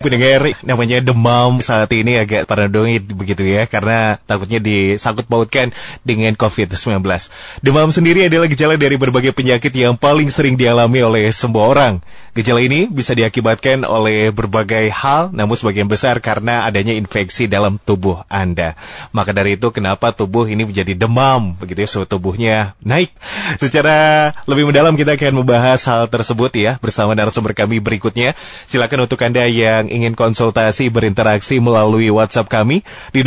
Pendengar, namanya demam saat ini agak paranoid begitu ya, karena takutnya disangkut pautkan dengan COVID-19. Demam sendiri adalah gejala dari berbagai penyakit yang paling sering dialami oleh semua orang. Gejala ini bisa diakibatkan oleh berbagai hal, namun sebagian besar karena adanya infeksi dalam tubuh Anda. Maka dari itu kenapa tubuh ini menjadi demam, begitu ya, suhu tubuhnya naik. Secara lebih mendalam kita akan membahas hal tersebut ya, bersama narasumber kami berikutnya. Silakan untuk Anda yang ingin konsultasi berinteraksi melalui WhatsApp kami di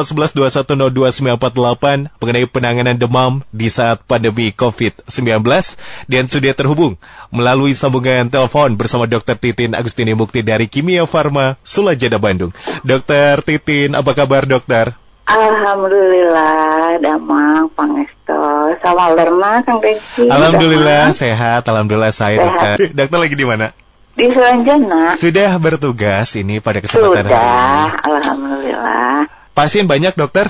081121029948 mengenai penanganan demam di saat pandemi COVID-19 dan sudah terhubung melalui sambungan telepon bersama Dr. Titin Agustini Mukti dari Kimia Farma Sulajada Bandung. Dr. Titin, apa kabar dokter? Alhamdulillah, damang, pangesto, sama lerna, Kang Deki. Alhamdulillah, sehat, alhamdulillah saya dokter. Dokter lagi di mana? Di Sulanjana. Sudah bertugas ini pada kesempatan hari ini. Sudah, alhamdulillah. Pasien banyak dokter?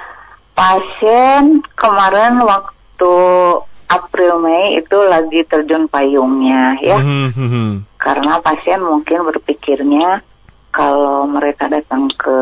Pasien kemarin waktu April Mei itu lagi terjun payungnya ya. Karena pasien mungkin berpikirnya kalau mereka datang ke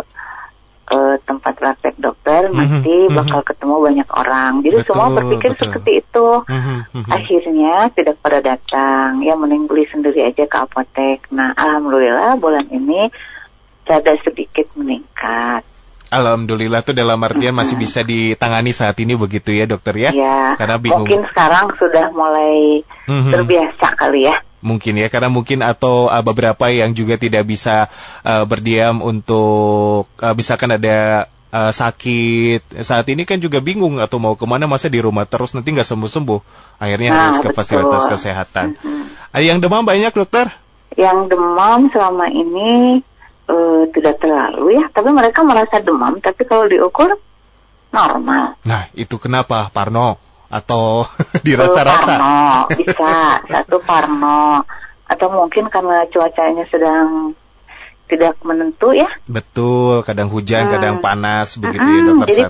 tempat praktek dokter nanti bakal ketemu banyak orang. Jadi semua berpikir seperti itu. Akhirnya tidak pada datang. Ya mending beli sendiri aja ke apotek. Nah, alhamdulillah bulan ini ada sedikit meningkat. Alhamdulillah tuh dalam artian masih bisa ditangani saat ini begitu ya dokter ya? Ya, karena bingung. Mungkin sekarang sudah mulai terbiasa kali ya. Mungkin ya, karena mungkin atau beberapa yang juga tidak bisa berdiam untuk misalkan ada sakit. Saat ini kan juga bingung atau mau kemana, masa di rumah terus nanti nggak sembuh-sembuh. Akhirnya harus ke fasilitas kesehatan. Yang demam banyak dokter? Yang demam selama ini tidak terlalu ya, tapi mereka merasa demam, tapi kalau diukur normal. Nah, itu kenapa? Parno? Atau dirasa-rasa? Parno, bisa. Satu parno. Atau mungkin karena cuacanya sedang tidak menentu ya. Betul, kadang hujan, kadang panas, begitu ya dokter. Jadi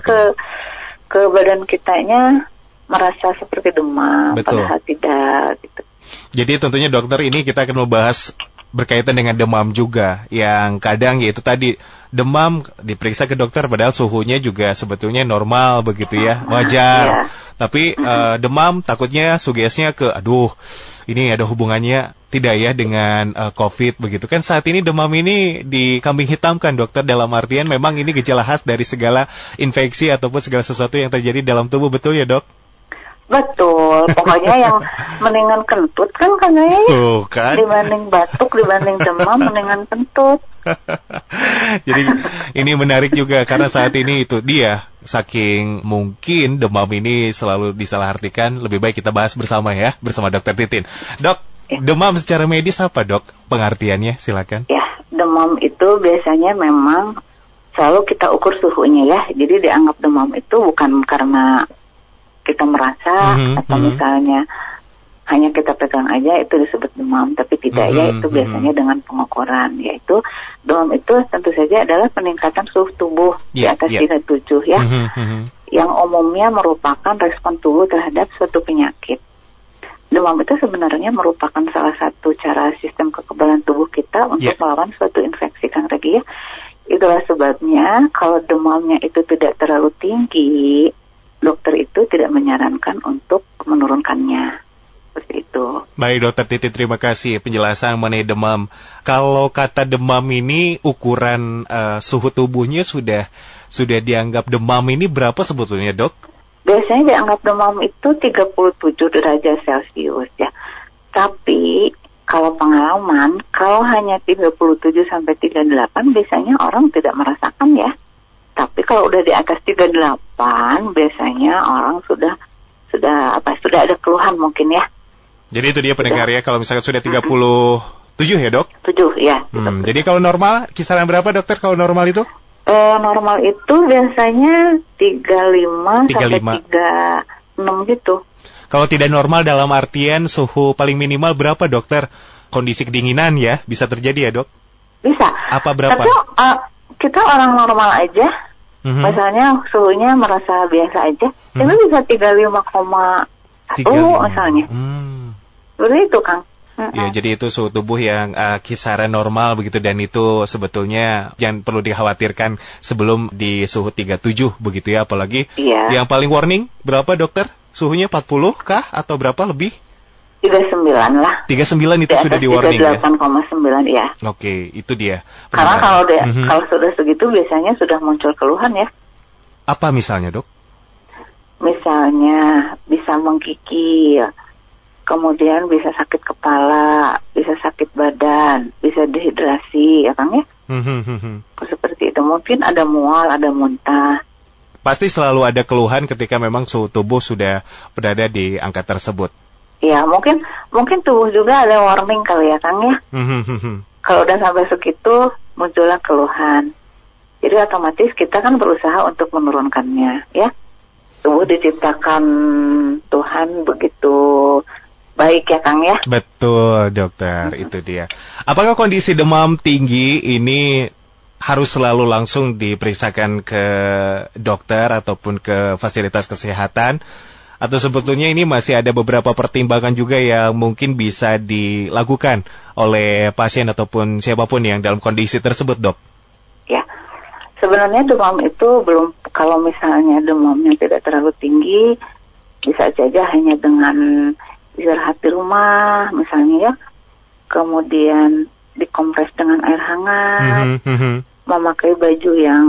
ke badan kitanya merasa seperti demam, padahal tidak gitu. Jadi tentunya dokter ini kita akan membahas berkaitan dengan demam juga, yang kadang yaitu tadi demam diperiksa ke dokter padahal suhunya juga sebetulnya normal begitu ya, wajar. Tapi demam takutnya sugestinya ke ini ada hubungannya tidak ya dengan COVID begitu kan. Saat ini demam ini dikambing hitamkan dokter, dalam artian memang ini gejala khas dari segala infeksi ataupun segala sesuatu yang terjadi dalam tubuh, betul ya dok? Betul, pokoknya yang mendingan kentut kan kayaknya kan? Dibanding batuk, dibanding demam, mendingan kentut. Jadi ini menarik juga karena saat ini itu dia, saking mungkin demam ini selalu disalahartikan, lebih baik kita bahas bersama ya, bersama Dr. Titin. Dok, demam secara medis apa dok pengertiannya, silakan. Ya, demam itu biasanya memang selalu kita ukur suhunya ya, jadi dianggap demam itu bukan karena kita merasa atau misalnya hanya kita pegang aja itu disebut demam, tapi tidak ya, itu biasanya dengan pengukuran, yaitu demam itu tentu saja adalah peningkatan suhu tubuh di atas 37 ya, yang umumnya merupakan respon tubuh terhadap suatu penyakit. Demam itu sebenarnya merupakan salah satu cara sistem kekebalan tubuh kita untuk melawan suatu infeksi, Kang Regi ya. Itulah sebabnya kalau demamnya itu tidak terlalu tinggi, dokter itu tidak menyarankan untuk menurunkannya. Seperti itu. Baik dokter Titin, terima kasih penjelasan mengenai demam. Kalau kata demam ini ukuran suhu tubuhnya sudah dianggap demam ini berapa sebetulnya dok? Biasanya dianggap demam itu 37 derajat Celcius ya. Tapi kalau pengalaman, kalau hanya 37 sampai 38 biasanya orang tidak merasakan ya. Tapi kalau udah di atas 38 biasanya orang sudah ada keluhan mungkin ya. Jadi itu dia pendengar ya, kalau misalkan sudah 37 ya dok? 7 ya. Jadi kalau normal kisaran berapa dokter kalau normal itu? Normal itu biasanya 35 sampai 36 gitu. Kalau tidak normal dalam artian suhu paling minimal berapa dokter? Kondisi kedinginan ya bisa terjadi ya dok? Bisa. Apa berapa? Tapi kita orang normal aja, misalnya suhunya merasa biasa aja, itu bisa 35,1 misalnya. Seperti itu Kang. Ya, jadi itu suhu tubuh yang kisaran normal begitu, dan itu sebetulnya yang perlu dikhawatirkan sebelum di suhu 37 begitu ya, apalagi yang paling warning berapa dokter? Suhunya 40 kah atau berapa lebih? 39 lah. 39 itu sudah di warning 38,9 ya. Oke, itu dia. Karena kalau sudah segitu biasanya sudah muncul keluhan ya. Apa misalnya, Dok? Misalnya bisa menggigil, kemudian bisa sakit kepala, bisa sakit badan, bisa dehidrasi, ya Kang ya? Seperti itu. Mungkin ada mual, ada muntah. Pasti selalu ada keluhan ketika memang suhu tubuh sudah berada di angka tersebut. Ya, mungkin tubuh juga ada warning kali ya Kang ya? Kalau udah sampai segitu, muncullah keluhan. Jadi otomatis kita kan berusaha untuk menurunkannya, ya. Tubuh diciptakan Tuhan begitu baik ya Kang ya. Betul dokter, itu dia. Apakah kondisi demam tinggi ini harus selalu langsung diperiksakan ke dokter ataupun ke fasilitas kesehatan? Atau sebetulnya ini masih ada beberapa pertimbangan juga yang mungkin bisa dilakukan oleh pasien ataupun siapapun yang dalam kondisi tersebut, Dok? Ya, sebenarnya demam itu belum, kalau misalnya demamnya tidak terlalu tinggi, bisa saja hanya dengan istirahat di rumah misalnya ya, kemudian dikompres dengan air hangat, memakai baju yang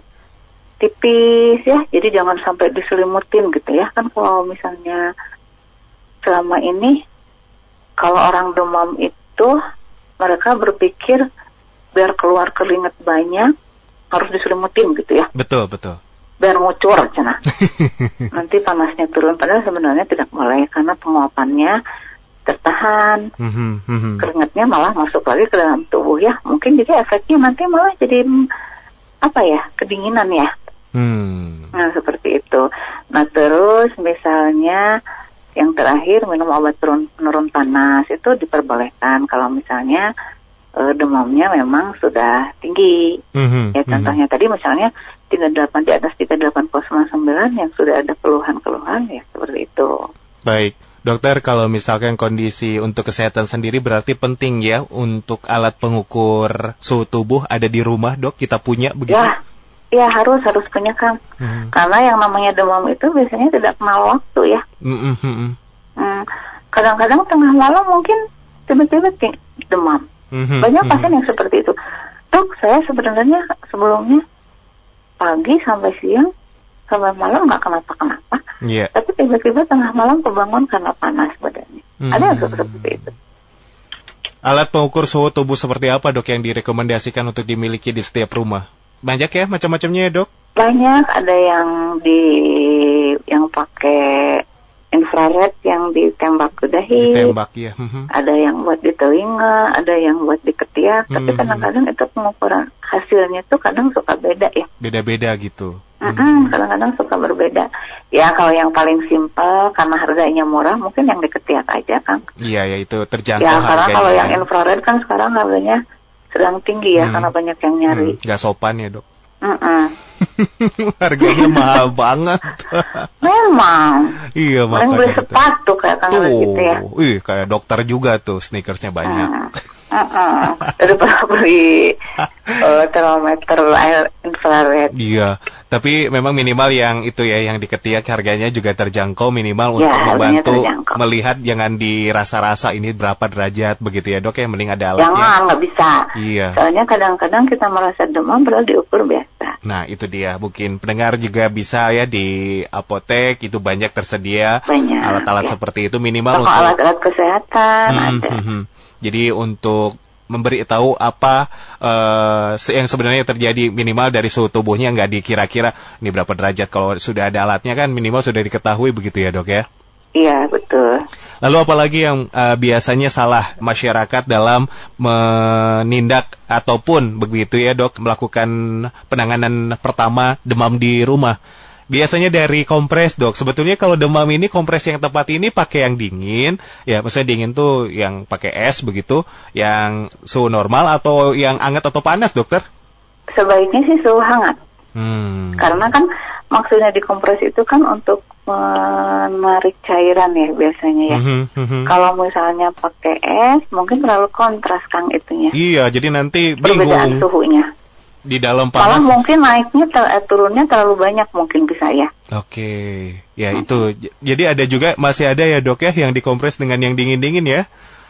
tipis ya, jadi jangan sampai diselimutin gitu ya. Kan kalau misalnya selama ini kalau orang demam itu mereka berpikir biar keluar keringat banyak harus diselimutin gitu ya. Betul. Biar ngucur cenah. Nanti panasnya turun, padahal sebenarnya tidak boleh karena penguapannya tertahan. Keringatnya malah masuk lagi ke dalam tubuh ya. Mungkin jadi efeknya nanti malah jadi kedinginan ya. Nah, seperti itu. Nah, terus misalnya yang terakhir minum obat penurun panas itu diperbolehkan kalau misalnya demamnya memang sudah tinggi. Ya, contohnya tadi misalnya 38 di atas 38,9 yang sudah ada keluhan-keluhan ya seperti itu. Baik. Dokter, kalau misalkan kondisi untuk kesehatan sendiri berarti penting ya untuk alat pengukur suhu tubuh ada di rumah, Dok, kita punya begitu? Ya harus punya Kang. Karena yang namanya demam itu biasanya tidak kenal waktu ya. Kadang-kadang tengah malam mungkin tiba-tiba demam. Banyak pasien yang seperti itu. Dok, saya sebenarnya sebelumnya pagi sampai siang sampai malam nggak kenapa-kenapa. Tapi tiba-tiba tengah malam kebangun karena panas badannya. Ada yang seperti itu. Alat pengukur suhu tubuh seperti apa, Dok, yang direkomendasikan untuk dimiliki di setiap rumah? Banyak ya macam-macamnya ya, Dok? Banyak, ada yang pakai infrared yang ditembak ke dahi. Ditembak ya. Ada yang buat di telinga, ada yang buat di ketiak, tapi kadang-kadang itu pengukuran hasilnya tuh kadang suka beda ya. Beda-beda gitu. Kadang-kadang suka berbeda. Ya kalau yang paling simpel karena harganya murah mungkin yang di ketiak aja Kang. Iya ya, itu terjangkau ya, harganya. Karena kalau yang infrared kan sekarang harganya sedang tinggi ya karena banyak yang nyari. Gak sopan ya, Dok. Harganya mahal banget. Memang. Iya, makanya. Yang beli sepatu kayak Kang gitu ya. Kayak dokter juga tuh, sneakersnya banyak. Daripada beli termometer air infrared. Iya, tapi memang minimal yang itu ya, yang di ketiak harganya juga terjangkau minimal untuk membantu melihat, jangan dirasa-rasa ini berapa derajat begitu ya, Dok ya, mending ada alatnya. Jangan, nggak bisa. Iya. Soalnya kadang-kadang kita merasa demam padahal diukur biasa. Nah, itu dia. Mungkin pendengar juga bisa ya di apotek itu banyak tersedia alat-alat seperti itu minimal untuk alat-alat kesehatan ada. Jadi untuk memberitahu apa yang sebenarnya terjadi minimal dari suhu tubuhnya, nggak dikira-kira ini berapa derajat. Kalau sudah ada alatnya kan minimal sudah diketahui begitu ya, Dok ya? Iya, betul. Lalu apalagi yang biasanya salah masyarakat dalam menindak ataupun begitu ya, Dok, melakukan penanganan pertama demam di rumah? Biasanya dari kompres, Dok. Sebetulnya kalau demam ini kompres yang tepat ini pakai yang dingin, ya maksudnya dingin tuh yang pakai es begitu, yang suhu normal atau yang hangat atau panas, Dokter? Sebaiknya sih suhu hangat. Karena kan maksudnya dikompres itu kan untuk menarik cairan ya biasanya ya. Kalau misalnya pakai es, mungkin terlalu kontras Kang itunya. Iya, jadi nanti perbedaan bingung. Suhunya. Di dalam panas. Malah mungkin naiknya, turunnya terlalu banyak mungkin bisa ya. Oke, ya itu. Jadi ada juga, masih ada ya dok ya, yang dikompres dengan yang dingin-dingin ya?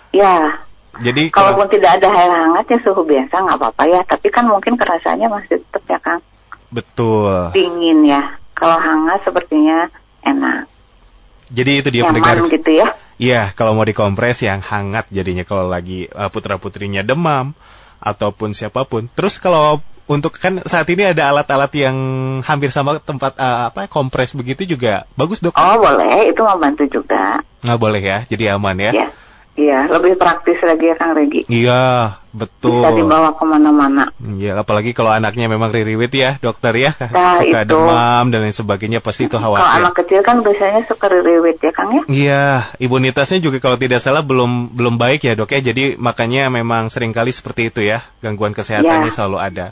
Ya. Jadi kalaupun tidak ada air hangat ya suhu biasa nggak apa-apa ya. Tapi kan mungkin kerasanya masih tetap ya Kang. Betul. Dingin ya. Kalau hangat sepertinya enak. Jadi itu dia nyaman pendengar. Gitu ya. Iya, kalau mau dikompres yang hangat jadinya kalau lagi putra-putrinya demam ataupun siapapun. Terus kalau untuk kan saat ini ada alat-alat yang hampir sama tempat kompres begitu juga bagus dok. Oh boleh, itu mau bantu juga. Nggak boleh ya, jadi aman ya. Iya, lebih praktis lagi ya Kang Regi. Iya, betul. Bisa dibawa kemana-mana. Iya, apalagi kalau anaknya memang ririwit ya, dokter ya. Nah, suka itu. demam dan lain sebagainya, pasti itu khawatir. Kalau anak kecil kan biasanya suka ririwit ya Kang ya. Iya, imunitasnya juga kalau tidak salah belum baik ya dok ya. Jadi makanya memang seringkali seperti itu ya, gangguan kesehatannya selalu ada.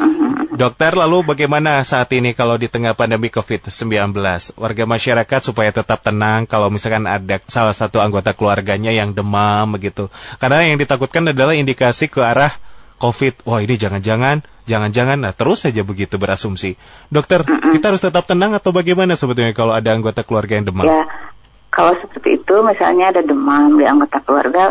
Dokter, lalu bagaimana saat ini kalau di tengah pandemi COVID-19? Warga masyarakat supaya tetap tenang kalau misalkan ada salah satu anggota keluarganya yang demam begitu. Karena yang ditakutkan adalah indikasi ke arah COVID. Wah ini jangan-jangan, nah terus saja begitu berasumsi. Dokter, kita harus tetap tenang atau bagaimana sebetulnya kalau ada anggota keluarga yang demam? Ya, kalau seperti itu misalnya ada demam di anggota keluarga,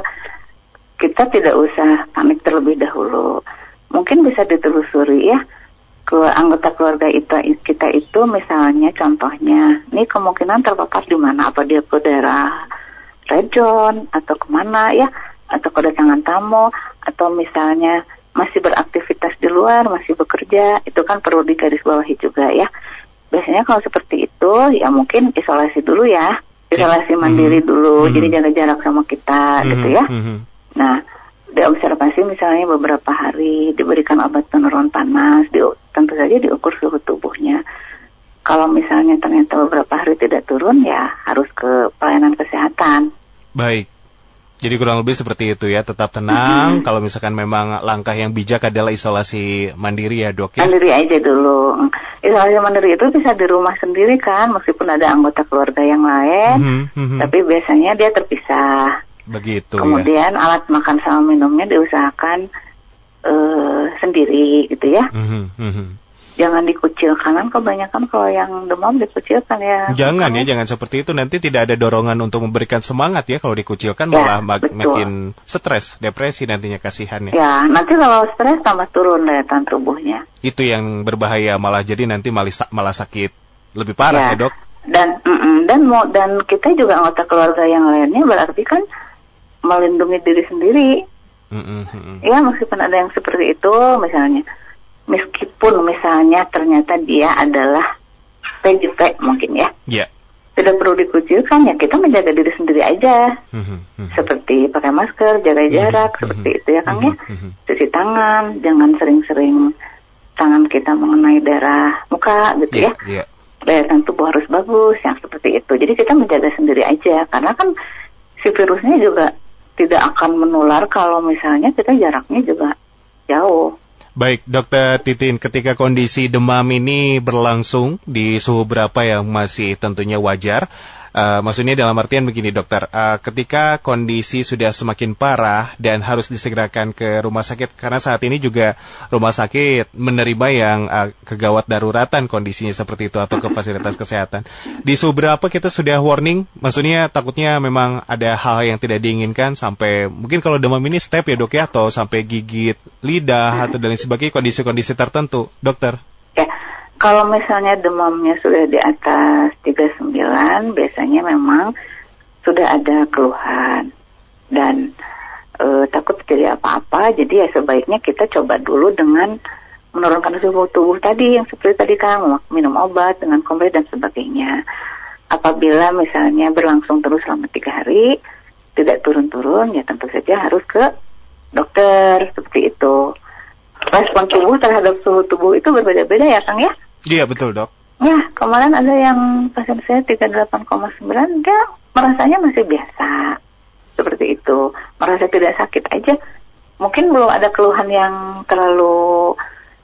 kita tidak usah panik terlebih dahulu. Mungkin bisa ditelusuri ya. Anggota keluarga kita itu misalnya contohnya, ini kemungkinan terpapar di mana? Apa dia ke daerah red zone atau kemana ya? Atau kedatangan tamu, atau misalnya masih beraktivitas di luar, masih bekerja, itu kan perlu digarisbawahi juga ya. Biasanya kalau seperti itu ya mungkin isolasi dulu ya, isolasi mandiri dulu, jadi jaga jarak sama kita gitu ya. Nah, diobservasi misalnya beberapa hari, diberikan obat penurun panas, tentu saja diukur suhu tubuhnya. Kalau misalnya ternyata beberapa hari tidak turun, ya harus ke pelayanan kesehatan. Baik. Jadi kurang lebih seperti itu ya, tetap tenang. Kalau misalkan memang langkah yang bijak adalah isolasi mandiri ya dok ya? Mandiri aja dulu. Isolasi mandiri itu bisa di rumah sendiri kan, meskipun ada anggota keluarga yang lain, tapi biasanya dia terpisah. Begitu. Kemudian alat makan sama minumnya diusahakan sendiri gitu ya. Jangan dikucilkan, kan kebanyakan kalau yang demam dikucilkan ya. Jangan ya, jangan seperti itu. Nanti tidak ada dorongan untuk memberikan semangat ya. Kalau dikucilkan malah makin stres, depresi nantinya, kasihan ya. Ya, nanti kalau stres tambah turun daya tahan tubuhnya. Itu yang berbahaya, malah jadi nanti malah sakit lebih parah ya dok. Dan kita juga anggota keluarga yang lainnya berarti kan melindungi diri sendiri. Ya, meskipun ada yang seperti itu misalnya. Meskipun misalnya ternyata dia adalah PJP mungkin ya. Iya. Tidak perlu dikucilkan ya, kita menjaga diri sendiri aja. Seperti pakai masker, jaga jarak, seperti itu ya Kang ya. Cuci tangan, jangan sering-sering tangan kita mengenai daerah muka gitu ya. Daya tahan tubuh harus bagus, yang seperti itu. Jadi kita menjaga sendiri aja, karena kan si virusnya juga tidak akan menular kalau misalnya kita jaraknya juga jauh. Baik, Dokter Titin, ketika kondisi demam ini berlangsung di suhu berapa yang masih tentunya wajar? Maksudnya dalam artian begini dokter, ketika kondisi sudah semakin parah dan harus disegerakan ke rumah sakit, karena saat ini juga rumah sakit menerima yang kegawat daruratan kondisinya seperti itu atau ke fasilitas kesehatan. Di suhu berapa kita sudah warning? Maksudnya takutnya memang ada hal yang tidak diinginkan sampai mungkin kalau demam ini step ya dok ya, atau sampai gigit lidah atau dan lain sebagainya, kondisi-kondisi tertentu, dokter. Ya. Kalau misalnya demamnya sudah di atas 39, biasanya memang sudah ada keluhan dan takut terjadi apa-apa. Jadi ya sebaiknya kita coba dulu dengan menurunkan suhu tubuh tadi, yang seperti tadi kan, minum obat dengan kompres dan sebagainya. Apabila misalnya berlangsung terus selama 3 hari, tidak turun-turun, ya tentu saja harus ke dokter, seperti itu. Respon tubuh terhadap suhu tubuh itu berbeda-beda ya Kang ya? Iya betul dok. Ya, kemarin ada yang pasien saya 38,9, dia merasanya masih biasa. Seperti itu, merasa tidak sakit aja. Mungkin belum ada keluhan yang terlalu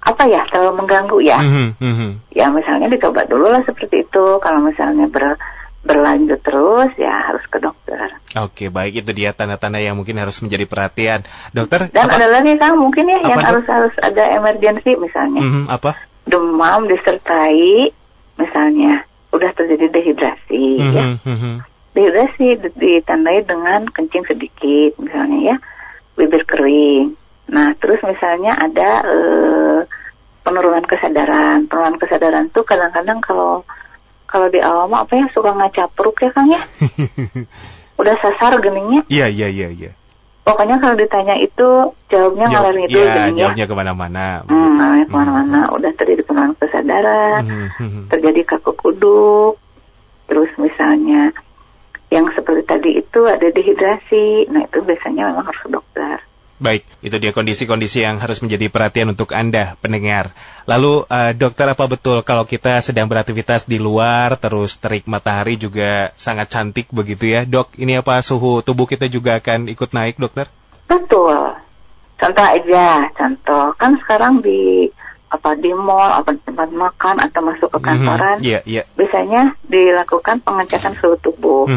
terlalu mengganggu ya. Ya misalnya dicoba dulu lah seperti itu. Kalau misalnya berlanjut terus ya harus ke dokter. Oke, baik, itu dia tanda-tanda yang mungkin harus menjadi perhatian. Dokter, dan ada lagi Kang mungkin ya yang harus ada emergensi misalnya. Apa? Demam disertai misalnya udah terjadi dehidrasi ya. Dehidrasi ditandai dengan kencing sedikit misalnya ya, bibir kering. Nah, terus misalnya ada penurunan kesadaran. Penurunan kesadaran tuh kadang-kadang kalau di awam suka ngacapruk ya Kang ya. Udah sasar geningnya. Iya. Pokoknya kalau ditanya itu jawabnya ngalir gitu geningnya. Jawabnya kemana-mana. Kemana-mana. Udah terjadi penurunan kesadaran, terjadi kaku kuduk. Terus misalnya yang seperti tadi itu ada dehidrasi. Nah, itu biasanya memang harus ke dokter. Baik, itu dia kondisi-kondisi yang harus menjadi perhatian untuk Anda, pendengar. Lalu, dokter, apa betul kalau kita sedang beraktivitas di luar, terus terik matahari juga sangat cantik begitu ya, Dok? Ini apa suhu tubuh kita juga akan ikut naik, dokter? Betul. Contoh kan sekarang di mall, di tempat makan atau masuk ke kantoran, biasanya dilakukan pengecekan suhu tubuh.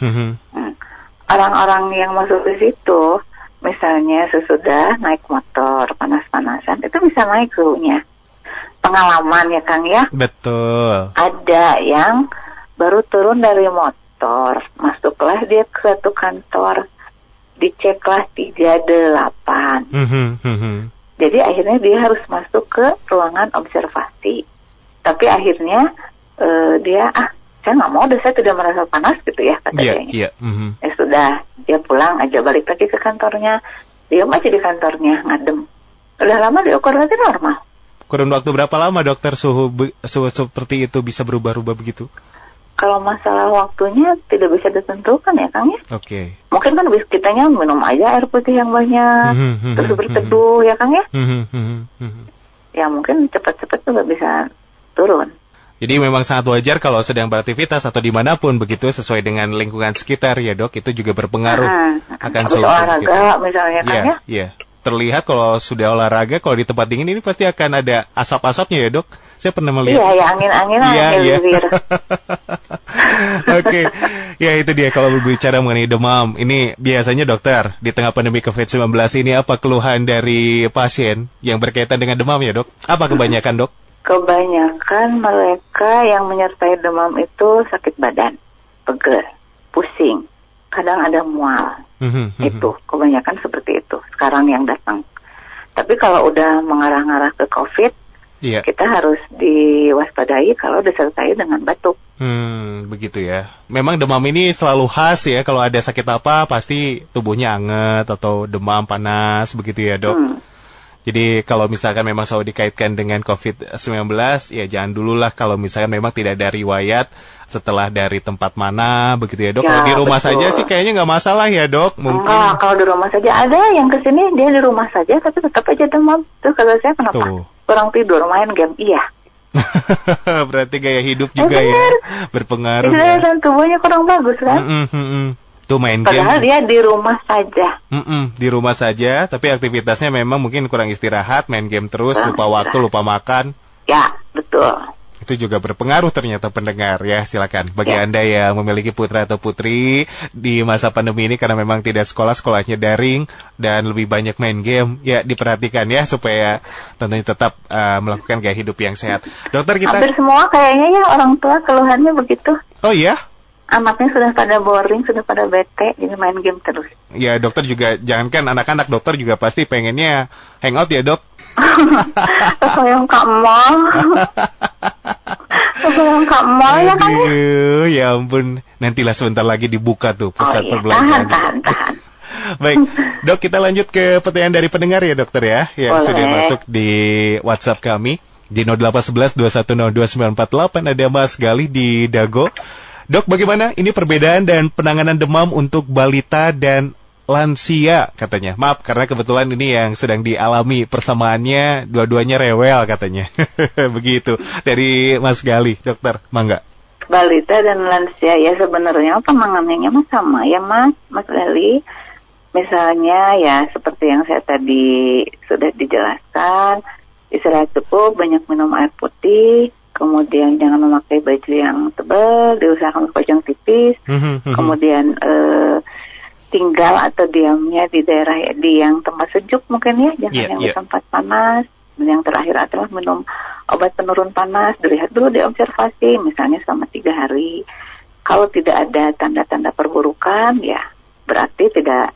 Orang-orang yang masuk ke situ, misalnya sesudah naik motor panas-panasan, itu bisa naik suhunya. Pengalaman ya Kang ya? Betul. Ada yang baru turun dari motor, masuklah dia ke suatu kantor, diceklah 38. Jadi akhirnya dia harus masuk ke ruangan observasi. Tapi akhirnya dia saya nggak mau, saya tidak merasa panas gitu ya katanya. Ya sudah, dia pulang aja, balik lagi ke kantornya, diam aja di kantornya, ngadem. Udah lama diukur lagi normal. Kurun waktu berapa lama dokter suhu seperti itu bisa berubah-ubah begitu? Kalau masalah waktunya tidak bisa ditentukan ya Kang ya. Oke. Mungkin kan kitanya minum aja air putih yang banyak, terus berteduh ya Kang ya. Ya mungkin cepat-cepat juga bisa turun. Jadi memang sangat wajar kalau sedang beraktivitas atau dimanapun begitu sesuai dengan lingkungan sekitar ya Dok, itu juga berpengaruh akan suhu olahraga misalnya kan ya. Iya. Terlihat kalau sudah olahraga, kalau di tempat dingin ini pasti akan ada asap-asapnya ya Dok. Saya pernah melihat. Iya, angin-anginan. Iya. Oke. Ya itu dia kalau berbicara mengenai demam. Ini biasanya dokter, di tengah pandemi COVID-19 ini apa keluhan dari pasien yang berkaitan dengan demam ya Dok? Apa kebanyakan Dok? Kebanyakan mereka yang menyertai demam itu sakit badan, pegel, pusing, kadang ada mual. Itu kebanyakan seperti itu sekarang yang datang. Tapi kalau udah mengarah-ngarah ke COVID, kita harus diwaspadai kalau disertai dengan batuk. Begitu ya. Memang demam ini selalu khas ya, kalau ada sakit apa pasti tubuhnya anget atau demam panas begitu ya Dok. Jadi kalau misalkan memang selalu dikaitkan dengan COVID-19, ya jangan dululah kalau misalkan memang tidak ada riwayat setelah dari tempat mana, begitu ya Dok. Kalau di rumah saja sih kayaknya nggak masalah ya Dok. Mungkin. Kalau di rumah saja ada yang kesini dia di rumah saja tapi tetap aja demam. Terus kata saya kenapa? Kurang tidur, main game. Iya. Berarti gaya hidup juga ya berpengaruh. Dan tubuhnya kurang bagus kan? Tuh main padahal game. Dia di rumah saja. Di rumah saja, tapi aktivitasnya memang mungkin kurang istirahat, main game terus, lupa waktu, lupa makan. Ya, betul. Itu juga berpengaruh ternyata pendengar ya. Silakan bagi Anda yang memiliki putra atau putri di masa pandemi ini karena memang tidak sekolahnya daring dan lebih banyak main game, ya diperhatikan ya supaya tentunya tetap melakukan gaya hidup yang sehat. Dokter, kita hampir semua kayaknya ya orang tua keluhannya begitu. Oh iya? Anaknya sudah pada boring, sudah pada bete, jadi main game terus. Ya dokter juga, jangankan anak-anak, dokter juga pasti pengennya hangout ya Dok. Yang Kak Mal. Yang Kak Mal ya kan? Ya ampun, nantilah sebentar lagi dibuka tuh pusat perbelanjaan. Tahan. Baik, Dok, kita lanjut ke pertanyaan dari pendengar ya dokter ya, yang sudah masuk di WhatsApp kami di 0811 2102 948. Ada Mas Galih di Dago. Dok, bagaimana ini perbedaan dan penanganan demam untuk balita dan lansia katanya? Maaf, karena kebetulan ini yang sedang dialami persamaannya, dua-duanya rewel katanya. Begitu, dari Mas Galih, dokter, mangga. Balita dan lansia, ya sebenarnya penanganannya sama ya Mas Galih. Misalnya ya seperti yang saya tadi sudah dijelaskan, istirahat cukup, banyak minum air putih, kemudian jangan memakai baju yang tebal, diusahakan baju yang tipis, kemudian tinggal atau diamnya di daerah di yang tempat sejuk mungkin ya, jangan yang di tempat panas. Dan yang terakhir adalah minum obat penurun panas, dilihat dulu, diobservasi, misalnya selama 3 hari. Kalau tidak ada tanda-tanda perburukan, ya berarti tidak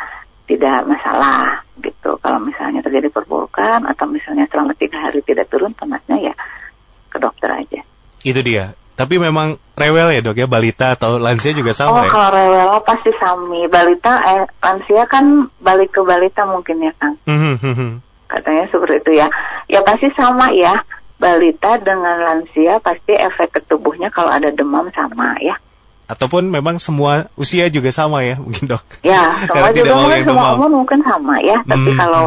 masalah gitu. Kalau misalnya terjadi perburukan atau misalnya selama 3 hari tidak turun panasnya, ya ke dokter aja. Itu dia. Tapi memang rewel ya dok ya, balita atau lansia juga sama ya? Kalau rewel pasti sami. Balita, lansia kan balik ke balita mungkin ya Kang. Katanya seperti itu ya. Ya pasti sama ya. Balita dengan lansia pasti efek ke tubuhnya kalau ada demam sama ya. Ataupun memang semua usia juga sama ya mungkin dok? Ya, semua juga mungkin, semua umur mungkin sama ya. Tapi kalau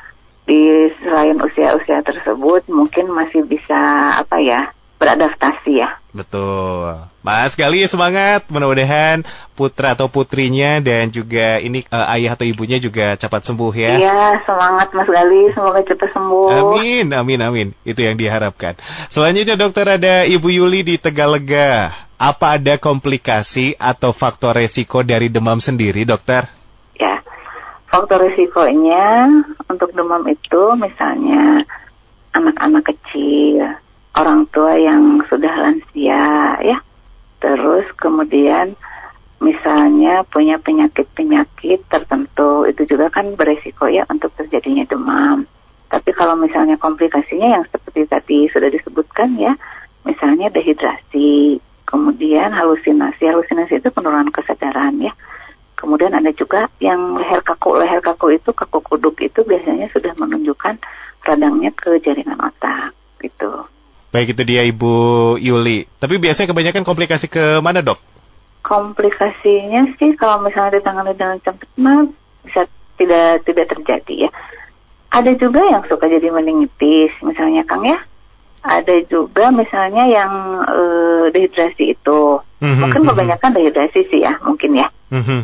di selain usia-usia tersebut mungkin masih bisa beradaptasi ya. Betul. Mas Gali semangat, mudah-mudahan putra atau putrinya dan juga ini ayah atau ibunya juga cepat sembuh ya. Iya, semangat Mas Gali, semoga cepat sembuh. Amin. Itu yang diharapkan. Selanjutnya dokter ada Ibu Yuli di Tegalega. Apa ada komplikasi atau faktor resiko dari demam sendiri dokter? Ya, faktor resikonya untuk demam itu misalnya anak-anak kecil, orang tua yang sudah lansia ya, terus kemudian misalnya punya penyakit-penyakit tertentu, itu juga kan beresiko ya untuk terjadinya demam. Tapi kalau misalnya komplikasinya yang seperti tadi sudah disebutkan ya, misalnya dehidrasi, kemudian halusinasi itu penurunan kesadaran ya. Kemudian ada juga yang leher kaku itu, kaku kuduk itu biasanya sudah menunjukkan radangnya ke jaringan otak gitu. Baik, itu dia Ibu Yuli. Tapi biasanya kebanyakan komplikasi ke mana dok? Komplikasinya sih kalau misalnya ditangani dengan cepat bisa tidak terjadi ya. Ada juga yang suka jadi meningitis misalnya Kang ya. Ada juga misalnya yang dehidrasi itu. Mungkin kebanyakan dehidrasi sih ya, mungkin ya.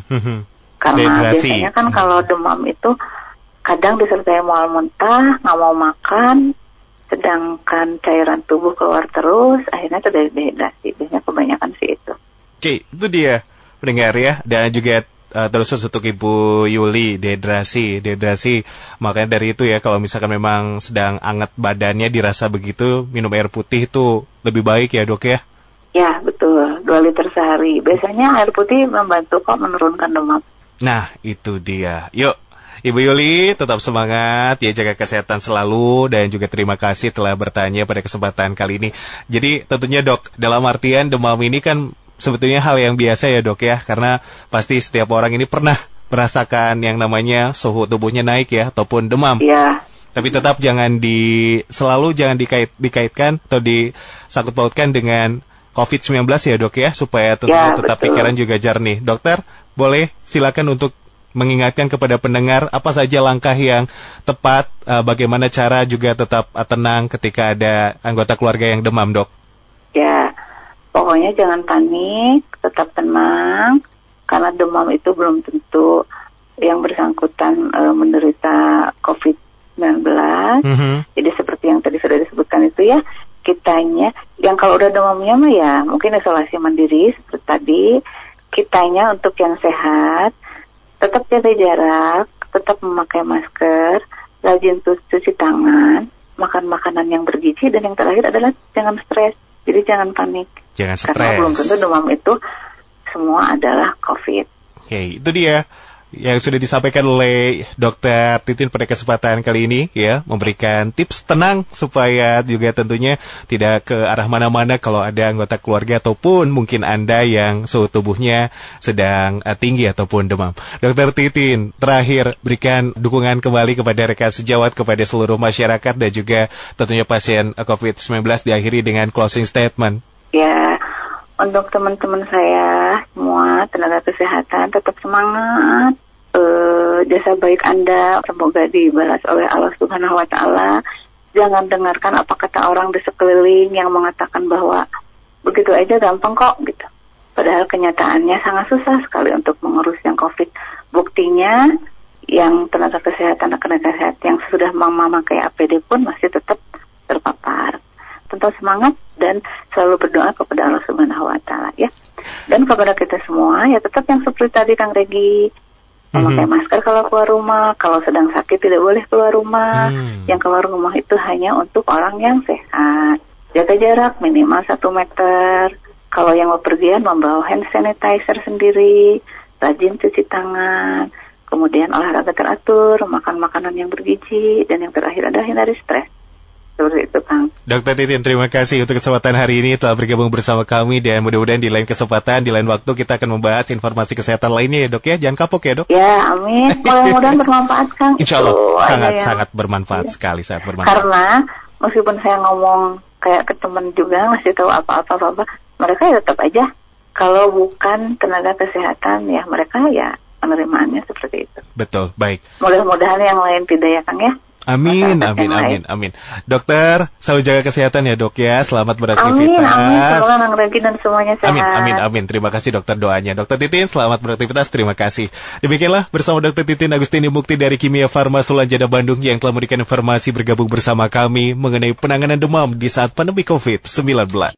Karena biasanya kan kalau demam itu kadang disertai mual muntah, nggak mau makan, sedangkan cairan tubuh keluar terus, akhirnya terjadi dehidrasi. Biasanya kebanyakan sih itu. Oke, itu dia pendengar ya. Dan juga terus untuk Ibu Yuli, dehidrasi. Makanya dari itu ya, kalau misalkan memang sedang anget badannya dirasa begitu, minum air putih itu lebih baik ya dok ya? Ya betul, 2 liter sehari. Biasanya air putih membantu kok menurunkan demam. Nah itu dia. Yuk Ibu Yuli tetap semangat ya, jaga kesehatan selalu, dan juga terima kasih telah bertanya pada kesempatan kali ini. Jadi tentunya dok, dalam artian demam ini kan sebetulnya hal yang biasa ya dok ya, karena pasti setiap orang ini pernah merasakan yang namanya suhu tubuhnya naik ya, ataupun demam. Iya. Tapi tetap jangan dikaitkan atau disangkut pautkan dengan COVID-19 ya dok ya, supaya tentunya tetap pikiran juga jernih. Dokter, boleh silakan untuk mengingatkan kepada pendengar apa saja langkah yang tepat, bagaimana cara juga tetap tenang ketika ada anggota keluarga yang demam dok? Ya, pokoknya jangan panik, tetap tenang, karena demam itu belum tentu yang bersangkutan menderita COVID-19. Jadi seperti yang tadi sudah disebutkan itu ya, kitanya yang kalau udah demamnya mah ya mungkin isolasi mandiri seperti tadi. Kitanya untuk yang sehat, tetap jaga jarak, tetap memakai masker, rajin cuci tangan, makan makanan yang bergizi, dan yang terakhir adalah jangan stres. Jadi jangan panik. Jangan stres. Karena belum tentu demam itu semua adalah COVID. Oke, itu dia yang sudah disampaikan oleh Dr. Titin pada kesempatan kali ini ya, memberikan tips tenang supaya juga tentunya tidak ke arah mana-mana kalau ada anggota keluarga ataupun mungkin Anda yang suhu tubuhnya sedang tinggi ataupun demam. Dr. Titin, terakhir berikan dukungan kembali kepada rekan sejawat, kepada seluruh masyarakat dan juga tentunya pasien COVID-19, diakhiri dengan closing statement. Ya, untuk teman-teman saya semua tenaga kesehatan, tetap semangat. Jasa baik Anda semoga dibalas oleh Allah Subhanahu wa Ta'ala. Jangan dengarkan apa kata orang di sekeliling yang mengatakan bahwa begitu aja gampang kok gitu. Padahal kenyataannya sangat susah sekali untuk mengurus yang COVID. Buktinya yang tenaga kesehatan yang sudah memakai APD pun masih tetap tetap semangat dan selalu berdoa kepada Allah Subhanahu wa taala ya. Dan kepada kita semua ya tetap yang seperti tadi Kang Regi, memakai masker kalau keluar rumah, kalau sedang sakit tidak boleh keluar rumah. Yang keluar rumah itu hanya untuk orang yang sehat. Jaga jarak minimal 1 meter. Kalau yang bepergian membawa hand sanitizer sendiri, rajin cuci tangan, kemudian olahraga teratur, makan makanan yang bergizi, dan yang terakhir adalah hindari stres. Seperti itu, Kang. Dr. Titin, terima kasih untuk kesempatan hari ini telah bergabung bersama kami dan mudah-mudahan di lain kesempatan, di lain waktu kita akan membahas informasi kesehatan lainnya ya dok ya. Jangan kapok ya dok. Ya, amin. Mudah-mudahan bermanfaat, Kang. Insya Allah sangat bermanfaat sekali, sangat bermanfaat. Karena meskipun saya ngomong kayak ke teman juga ngasih tahu apa-apa, mereka ya tetap aja kalau bukan tenaga kesehatan ya mereka ya penerimaannya seperti itu. Betul, baik. Mudah-mudahan yang lain tidak ya Kang ya. Amin. Dokter, selalu jaga kesehatan ya dok ya. Selamat beraktivitas. Amin. Semoga Kang Regi dan semuanya sehat. Amin. Terima kasih dokter doanya. Dokter Titin, selamat beraktivitas. Terima kasih. Demikianlah bersama Dokter Titin Agustini Mukti dari Kimia Farma Sulanjana Bandung yang telah memberikan informasi bergabung bersama kami mengenai penanganan demam di saat pandemi COVID-19.